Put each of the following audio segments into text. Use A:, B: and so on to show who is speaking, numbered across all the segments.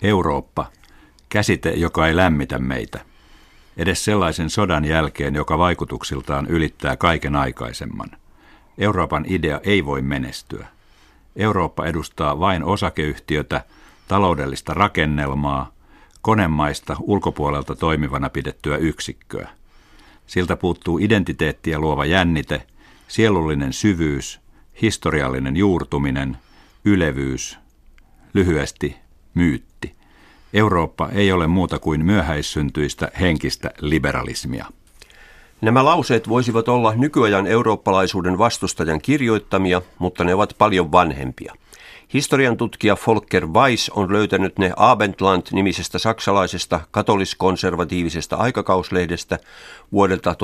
A: Eurooppa, käsite, joka ei lämmitä meitä. Edes sellaisen sodan jälkeen, joka vaikutuksiltaan ylittää kaiken aikaisemman. Euroopan idea ei voi menestyä. Eurooppa edustaa vain osakeyhtiötä, taloudellista rakennelmaa, konemaista ulkopuolelta toimivana pidettyä yksikköä. Siltä puuttuu identiteettiä luova jännite, sielullinen syvyys, historiallinen juurtuminen, ylevyys, lyhyesti myytti. Eurooppa ei ole muuta kuin myöhäissyntyistä henkistä liberalismia.
B: Nämä lauseet voisivat olla nykyajan eurooppalaisuuden vastustajan kirjoittamia, mutta ne ovat paljon vanhempia. Historian tutkija Volker Weiss on löytänyt ne Abendland-nimisestä saksalaisesta katolis-konservatiivisesta aikakauslehdestä vuodelta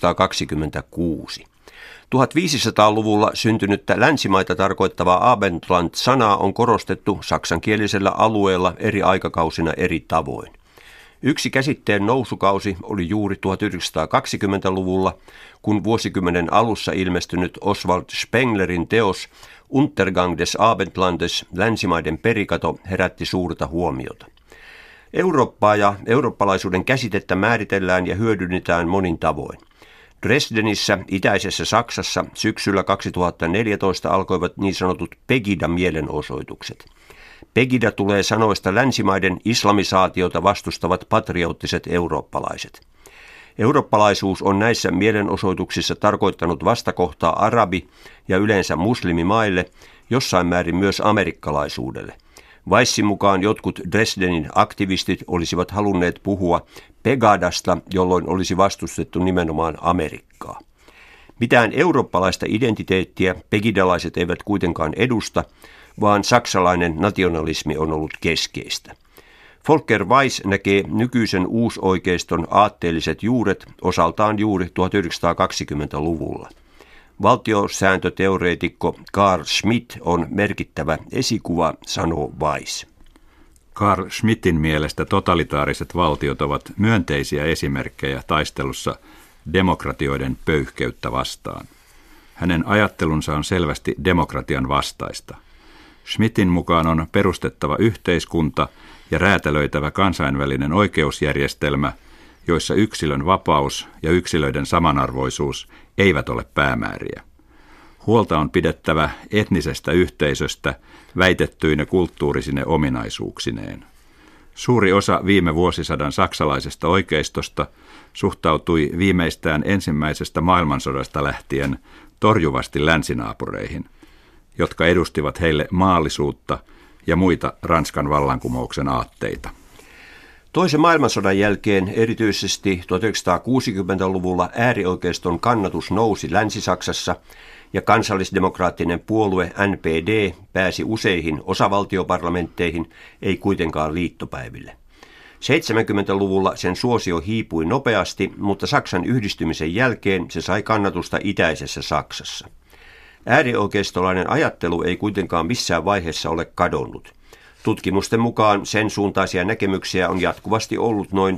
B: 1926. 1500-luvulla syntynyttä länsimaita tarkoittavaa Abendland-sanaa on korostettu saksankielisellä alueella eri aikakausina eri tavoin. Yksi käsitteen nousukausi oli juuri 1920-luvulla, kun vuosikymmenen alussa ilmestynyt Oswald Spenglerin teos Untergang des Abendlandes, länsimaiden perikato, herätti suurta huomiota. Eurooppaa ja eurooppalaisuuden käsitettä määritellään ja hyödynnetään monin tavoin. Dresdenissä, itäisessä Saksassa, syksyllä 2014 alkoivat niin sanotut Pegida-mielenosoitukset. Pegida tulee sanoista länsimaiden islamisaatiota vastustavat patrioottiset eurooppalaiset. Eurooppalaisuus on näissä mielenosoituksissa tarkoittanut vastakohtaa arabi- ja yleensä muslimimaille, jossain määrin myös amerikkalaisuudelle. Weissin mukaan jotkut Dresdenin aktivistit olisivat halunneet puhua Pegadasta, jolloin olisi vastustettu nimenomaan Amerikkaa. Mitään eurooppalaista identiteettiä pegidalaiset eivät kuitenkaan edusta, vaan saksalainen nationalismi on ollut keskeistä. Volker Weiss näkee nykyisen uusoikeiston aatteelliset juuret osaltaan juuri 1920-luvulla. Valtiosääntöteoreetikko Carl Schmitt on merkittävä esikuva, sanoo Weiss.
A: Carl Schmittin mielestä totalitaariset valtiot ovat myönteisiä esimerkkejä taistelussa demokratioiden pöyhkeyttä vastaan. Hänen ajattelunsa on selvästi demokratian vastaista. Schmittin mukaan on perustettava yhteiskunta ja räätälöitävä kansainvälinen oikeusjärjestelmä, joissa yksilön vapaus ja yksilöiden samanarvoisuus eivät ole päämääriä. Huolta on pidettävä etnisestä yhteisöstä väitettyine kulttuurisine ominaisuuksineen. Suuri osa viime vuosisadan saksalaisesta oikeistosta suhtautui viimeistään ensimmäisestä maailmansodasta lähtien torjuvasti länsinaapureihin, jotka edustivat heille maallisuutta ja muita Ranskan vallankumouksen aatteita.
B: Toisen maailmansodan jälkeen erityisesti 1960-luvulla äärioikeiston kannatus nousi Länsi-Saksassa ja kansallisdemokraattinen puolue NPD pääsi useihin osavaltioparlamentteihin, ei kuitenkaan liittopäiville. 70-luvulla sen suosio hiipui nopeasti, mutta Saksan yhdistymisen jälkeen se sai kannatusta itäisessä Saksassa. Äärioikeistolainen ajattelu ei kuitenkaan missään vaiheessa ole kadonnut. Tutkimusten mukaan sen suuntaisia näkemyksiä on jatkuvasti ollut noin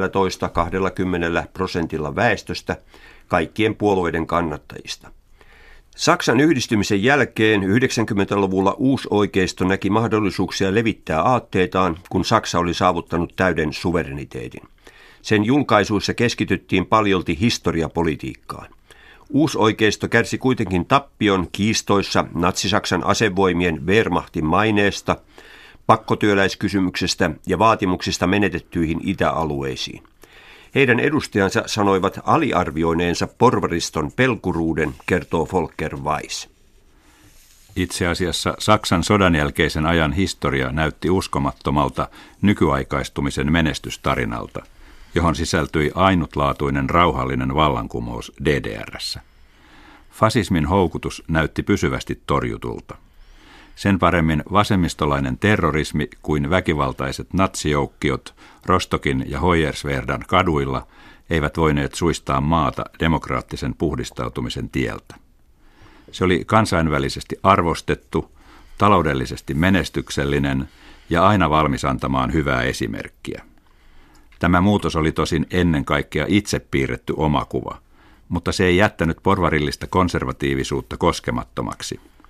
B: 15-20% väestöstä, kaikkien puolueiden kannattajista. Saksan yhdistymisen jälkeen 90-luvulla uusoikeisto näki mahdollisuuksia levittää aatteitaan, kun Saksa oli saavuttanut täyden suvereniteetin. Sen julkaisuissa keskityttiin paljolti historiapolitiikkaan. Uusoikeisto kärsi kuitenkin tappion kiistoissa natsi-Saksan asevoimien Wehrmachtin maineesta, pakkotyöläiskysymyksestä ja vaatimuksista menetettyihin itäalueisiin. Heidän edustajansa sanoivat aliarvioineensa porvariston pelkuruuden, kertoo Volker Weiss.
A: Itse asiassa Saksan sodan jälkeisen ajan historia näytti uskomattomalta nykyaikaistumisen menestystarinalta, johon sisältyi ainutlaatuinen rauhallinen vallankumous DDR:ssä. Fasismin houkutus näytti pysyvästi torjutulta. Sen paremmin vasemmistolainen terrorismi kuin väkivaltaiset natsijoukkiot Rostokin ja Hoyerswerdan kaduilla eivät voineet suistaa maata demokraattisen puhdistautumisen tieltä. Se oli kansainvälisesti arvostettu, taloudellisesti menestyksellinen ja aina valmis antamaan hyvää esimerkkiä. Tämä muutos oli tosin ennen kaikkea itse piirretty omakuva, mutta se ei jättänyt porvarillista konservatiivisuutta koskemattomaksi.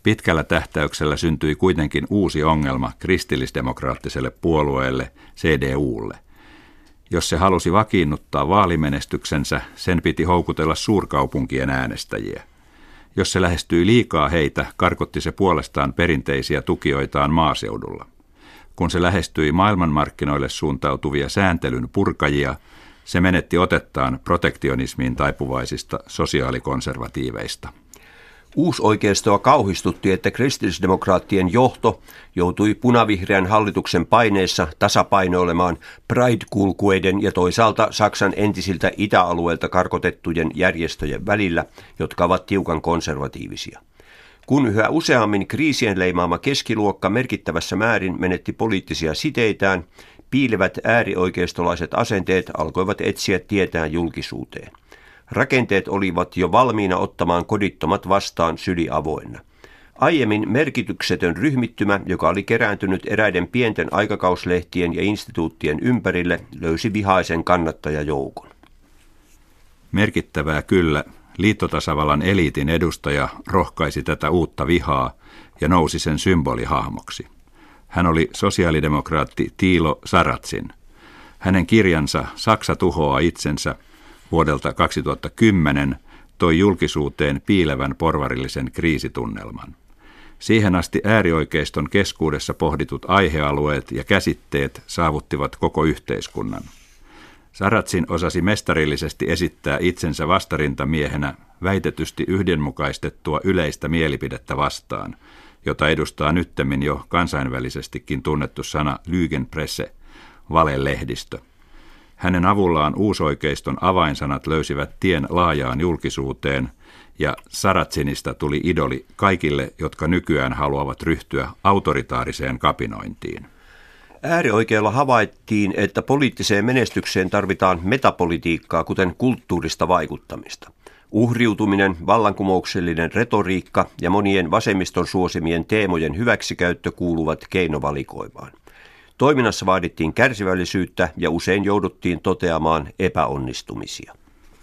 A: Pitkällä tähtäyksellä syntyi kuitenkin uusi ongelma kristillisdemokraattiselle puolueelle, CDUlle. Jos se halusi vakiinnuttaa vaalimenestyksensä, sen piti houkutella suurkaupunkien äänestäjiä. Jos se lähestyi liikaa heitä, karkotti se puolestaan perinteisiä tukijoitaan maaseudulla. Kun se lähestyi maailmanmarkkinoille suuntautuvia sääntelyn purkajia, se menetti otettaan protektionismiin taipuvaisista sosiaalikonservatiiveista.
B: Uusoikeistoa kauhistutti, että kristillisdemokraattien johto joutui punavihreän hallituksen paineessa tasapainoilemaan Pride-kulkueiden ja toisaalta Saksan entisiltä itäalueilta karkotettujen järjestöjen välillä, jotka ovat tiukan konservatiivisia. Kun yhä useammin kriisien leimaama keskiluokka merkittävässä määrin menetti poliittisia siteitään, piilevät äärioikeistolaiset asenteet alkoivat etsiä tietään julkisuuteen. Rakenteet olivat jo valmiina ottamaan kodittomat vastaan syli avoinna. Aiemmin merkityksetön ryhmittymä, joka oli kerääntynyt eräiden pienten aikakauslehtien ja instituuttien ympärille, löysi vihaisen kannattajajoukon.
A: Merkittävää kyllä, liittotasavallan eliitin edustaja rohkaisi tätä uutta vihaa ja nousi sen symbolihahmoksi. Hän oli sosiaalidemokraatti Thilo Sarrazin. Hänen kirjansa Saksa tuhoaa itsensä vuodelta 2010 toi julkisuuteen piilevän porvarillisen kriisitunnelman. Siihen asti äärioikeiston keskuudessa pohditut aihealueet ja käsitteet saavuttivat koko yhteiskunnan. Sarrazin osasi mestarillisesti esittää itsensä vastarintamiehenä väitetysti yhdenmukaistettua yleistä mielipidettä vastaan, jota edustaa nyttemmin jo kansainvälisestikin tunnettu sana Lügenpresse, valelehdistö. Hänen avullaan uusoikeiston avainsanat löysivät tien laajaan julkisuuteen ja Sarrazinista tuli idoli kaikille, jotka nykyään haluavat ryhtyä autoritaariseen kapinointiin.
B: Äärioikealla havaittiin, että poliittiseen menestykseen tarvitaan metapolitiikkaa, kuten kulttuurista vaikuttamista. Uhriutuminen, vallankumouksellinen retoriikka ja monien vasemmiston suosimien teemojen hyväksikäyttö kuuluvat keinovalikoimaan. Toiminnassa vaadittiin kärsivällisyyttä ja usein jouduttiin toteamaan epäonnistumisia.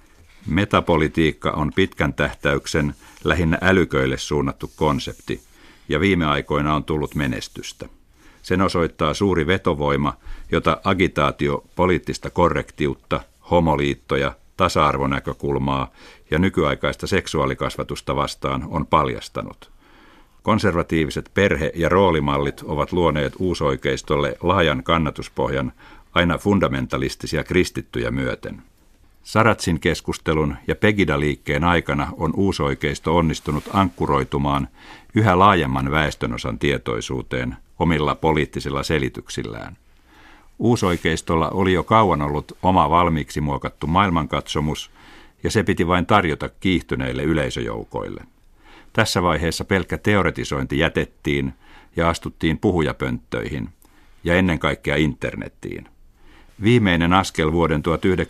A: Metapolitiikka on pitkän tähtäyksen lähinnä älyköille suunnattu konsepti ja viime aikoina on tullut menestystä. Sen osoittaa suuri vetovoima, jota agitaatio poliittista korrektiutta, homoliittoja, tasa-arvonäkökulmaa ja nykyaikaista seksuaalikasvatusta vastaan on paljastanut. Konservatiiviset perhe- ja roolimallit ovat luoneet uusoikeistolle laajan kannatuspohjan aina fundamentalistisia kristittyjä myöten. Sarrazin keskustelun ja Pegida-liikkeen aikana on uusoikeisto onnistunut ankkuroitumaan yhä laajemman väestönosan tietoisuuteen omilla poliittisilla selityksillään. Uusoikeistolla oli jo kauan ollut oma valmiiksi muokattu maailmankatsomus, ja se piti vain tarjota kiihtyneille yleisöjoukoille. Tässä vaiheessa pelkkä teoretisointi jätettiin ja astuttiin puhujapönttöihin ja ennen kaikkea internettiin. Viimeinen askel vuoden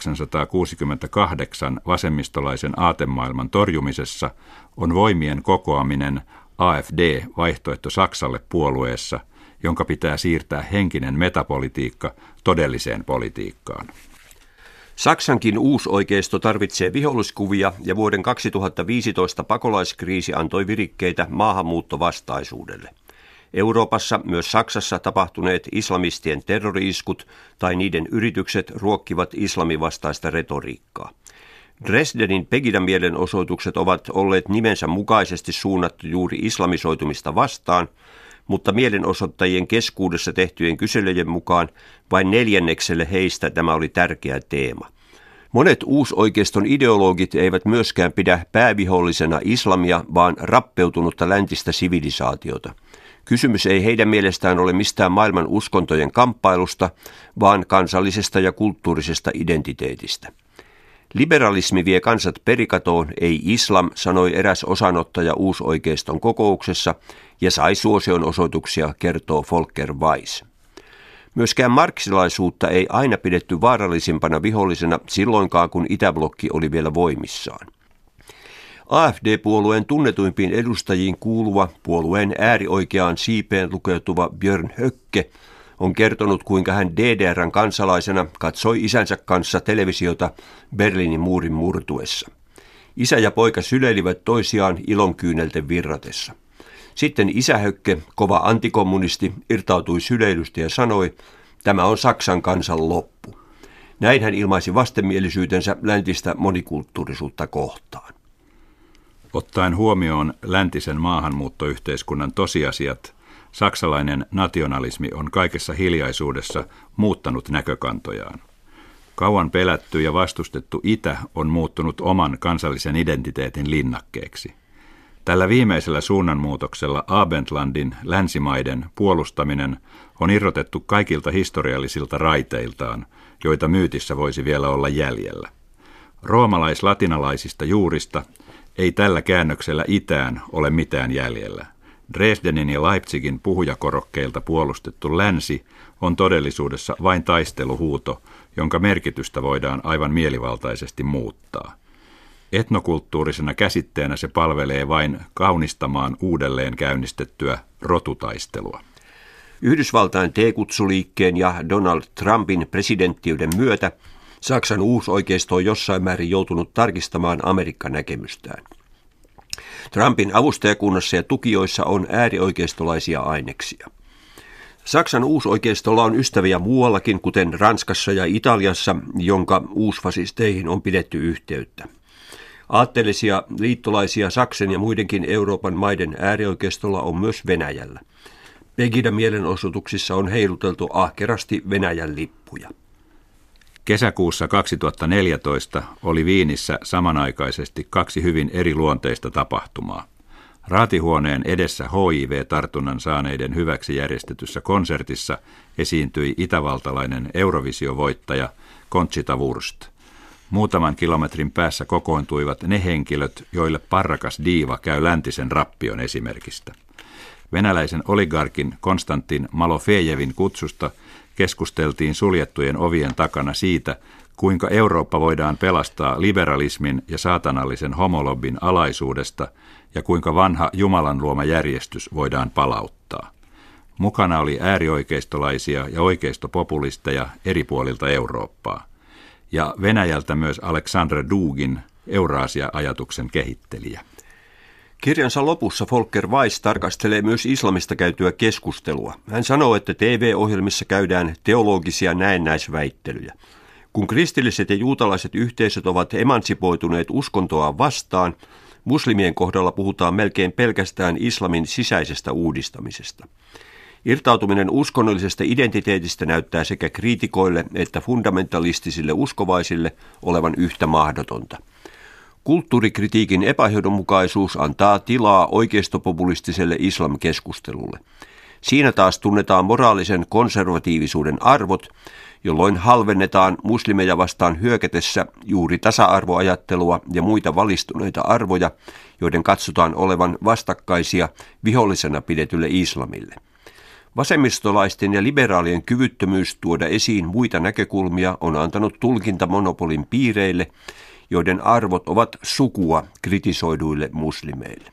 A: 1968 vasemmistolaisen aatemaailman torjumisessa on voimien kokoaminen AfD vaihtoehto Saksalle puolueessa, jonka pitää siirtää henkinen metapolitiikka todelliseen politiikkaan.
B: Saksankin uusoikeisto tarvitsee viholliskuvia ja vuoden 2015 pakolaiskriisi antoi virikkeitä maahanmuuttovastaisuudelle. Euroopassa, myös Saksassa tapahtuneet islamistien terrori-iskut tai niiden yritykset ruokkivat islamivastaista retoriikkaa. Dresdenin Pegida-mielenosoitukset ovat olleet nimensä mukaisesti suunnattu juuri islamisoitumista vastaan, mutta mielenosoittajien keskuudessa tehtyjen kyselyjen mukaan vain 4 heistä tämä oli tärkeä teema. Monet uusoikeiston ideologit eivät myöskään pidä päävihollisena islamia, vaan rappeutunutta läntistä sivilisaatiota. Kysymys ei heidän mielestään ole mistään maailman uskontojen kamppailusta, vaan kansallisesta ja kulttuurisesta identiteetistä. Liberalismi vie kansat perikatoon, ei islam, sanoi eräs osanottaja uusoikeiston kokouksessa ja sai suosion osoituksia, kertoo Volker Weiss. Myöskään marksilaisuutta ei aina pidetty vaarallisimpana vihollisena silloinkaan, kun Itäblokki oli vielä voimissaan. AfD-puolueen tunnetuimpiin edustajiin kuuluva puolueen äärioikeaan siipeen lukeutuva Björn Höcke on kertonut, kuinka hän DDR:n kansalaisena katsoi isänsä kanssa televisiota Berliinin muurin murtuessa. Isä ja poika syleilivät toisiaan ilonkyynelten virratessa. Sitten isähökke, kova antikommunisti, irtautui syleilystä ja sanoi, tämä on Saksan kansan loppu. Näin hän ilmaisi vastenmielisyytensä läntistä monikulttuurisuutta kohtaan.
A: Ottaen huomioon läntisen maahanmuuttoyhteiskunnan tosiasiat, saksalainen nationalismi on kaikessa hiljaisuudessa muuttanut näkökantojaan. Kauan pelätty ja vastustettu itä on muuttunut oman kansallisen identiteetin linnakkeeksi. Tällä viimeisellä suunnanmuutoksella Abendlandin länsimaiden puolustaminen on irrotettu kaikilta historiallisilta raiteiltaan, joita myytissä voisi vielä olla jäljellä. Roomalais-latinalaisista juurista ei tällä käännöksellä itään ole mitään jäljellä. Dresdenin ja Leipzigin puhujakorokkeilta puolustettu länsi on todellisuudessa vain taisteluhuuto, jonka merkitystä voidaan aivan mielivaltaisesti muuttaa. Etnokulttuurisena käsitteenä se palvelee vain kaunistamaan uudelleen käynnistettyä rotutaistelua.
B: Yhdysvaltain T-kutsuliikkeen ja Donald Trumpin presidenttiyden myötä Saksan uusoikeisto on jossain määrin joutunut tarkistamaan Amerikka-näkemystään. Trumpin avustajakunnassa ja tukijoissa on äärioikeistolaisia aineksia. Saksan uusoikeistolla on ystäviä muuallakin, kuten Ranskassa ja Italiassa, jonka uusfasisteihin on pidetty yhteyttä. Aatteellisia liittolaisia Saksan ja muidenkin Euroopan maiden äärioikeistolla on myös Venäjällä. Pegida-mielenosoituksissa on heiluteltu ahkerasti Venäjän lippuja.
A: Kesäkuussa 2014 oli Viinissä samanaikaisesti 2 hyvin eriluonteista tapahtumaa. Raatihuoneen edessä HIV-tartunnan saaneiden hyväksi järjestetyssä konsertissa esiintyi itävaltalainen Eurovisio-voittaja Conchita Wurst. Muutaman kilometrin päässä kokoontuivat ne henkilöt, joille parrakas diiva käy läntisen rappion esimerkistä. Venäläisen oligarkin Konstantin Malofejevin kutsusta keskusteltiin suljettujen ovien takana siitä, kuinka Eurooppa voidaan pelastaa liberalismin ja saatanallisen homolobbin alaisuudesta ja kuinka vanha Jumalan luoma järjestys voidaan palauttaa. Mukana oli äärioikeistolaisia ja oikeistopopulisteja eri puolilta Eurooppaa. Ja Venäjältä myös Aleksandr Dugin, Euraasia-ajatuksen kehittelijä.
B: Kirjansa lopussa Volker Weiss tarkastelee myös islamista käytyä keskustelua. Hän sanoo, että TV-ohjelmissa käydään teologisia näennäisväittelyjä. Kun kristilliset ja juutalaiset yhteisöt ovat emansipoituneet uskontoa vastaan, muslimien kohdalla puhutaan melkein pelkästään islamin sisäisestä uudistamisesta. Irtautuminen uskonnollisesta identiteetistä näyttää sekä kriitikoille että fundamentalistisille uskovaisille olevan yhtä mahdotonta. Kulttuurikritiikin epäjohdonmukaisuus antaa tilaa oikeistopopulistiselle islamkeskustelulle. Siinä taas tunnetaan moraalisen konservatiivisuuden arvot, jolloin halvennetaan muslimeja vastaan hyökätessä juuri tasa-arvoajattelua ja muita valistuneita arvoja, joiden katsotaan olevan vastakkaisia vihollisena pidetylle islamille. Vasemmistolaisten ja liberaalien kyvyttömyys tuoda esiin muita näkökulmia on antanut tulkintamonopolin piireille, joiden arvot ovat sukua kritisoiduille muslimeille.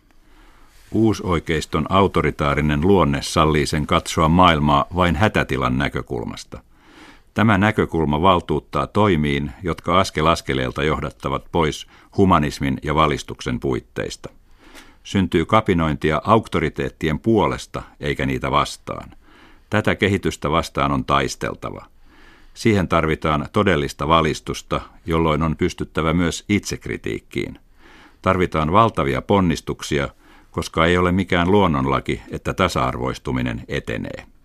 A: Uusoikeiston autoritaarinen luonne sallii sen katsoa maailmaa vain hätätilan näkökulmasta. Tämä näkökulma valtuuttaa toimiin, jotka askel askeleelta johdattavat pois humanismin ja valistuksen puitteista. Syntyy kapinointia auktoriteettien puolesta eikä niitä vastaan. Tätä kehitystä vastaan on taisteltava. Siihen tarvitaan todellista valistusta, jolloin on pystyttävä myös itsekritiikkiin. Tarvitaan valtavia ponnistuksia, koska ei ole mikään luonnonlaki, että tasa-arvoistuminen etenee.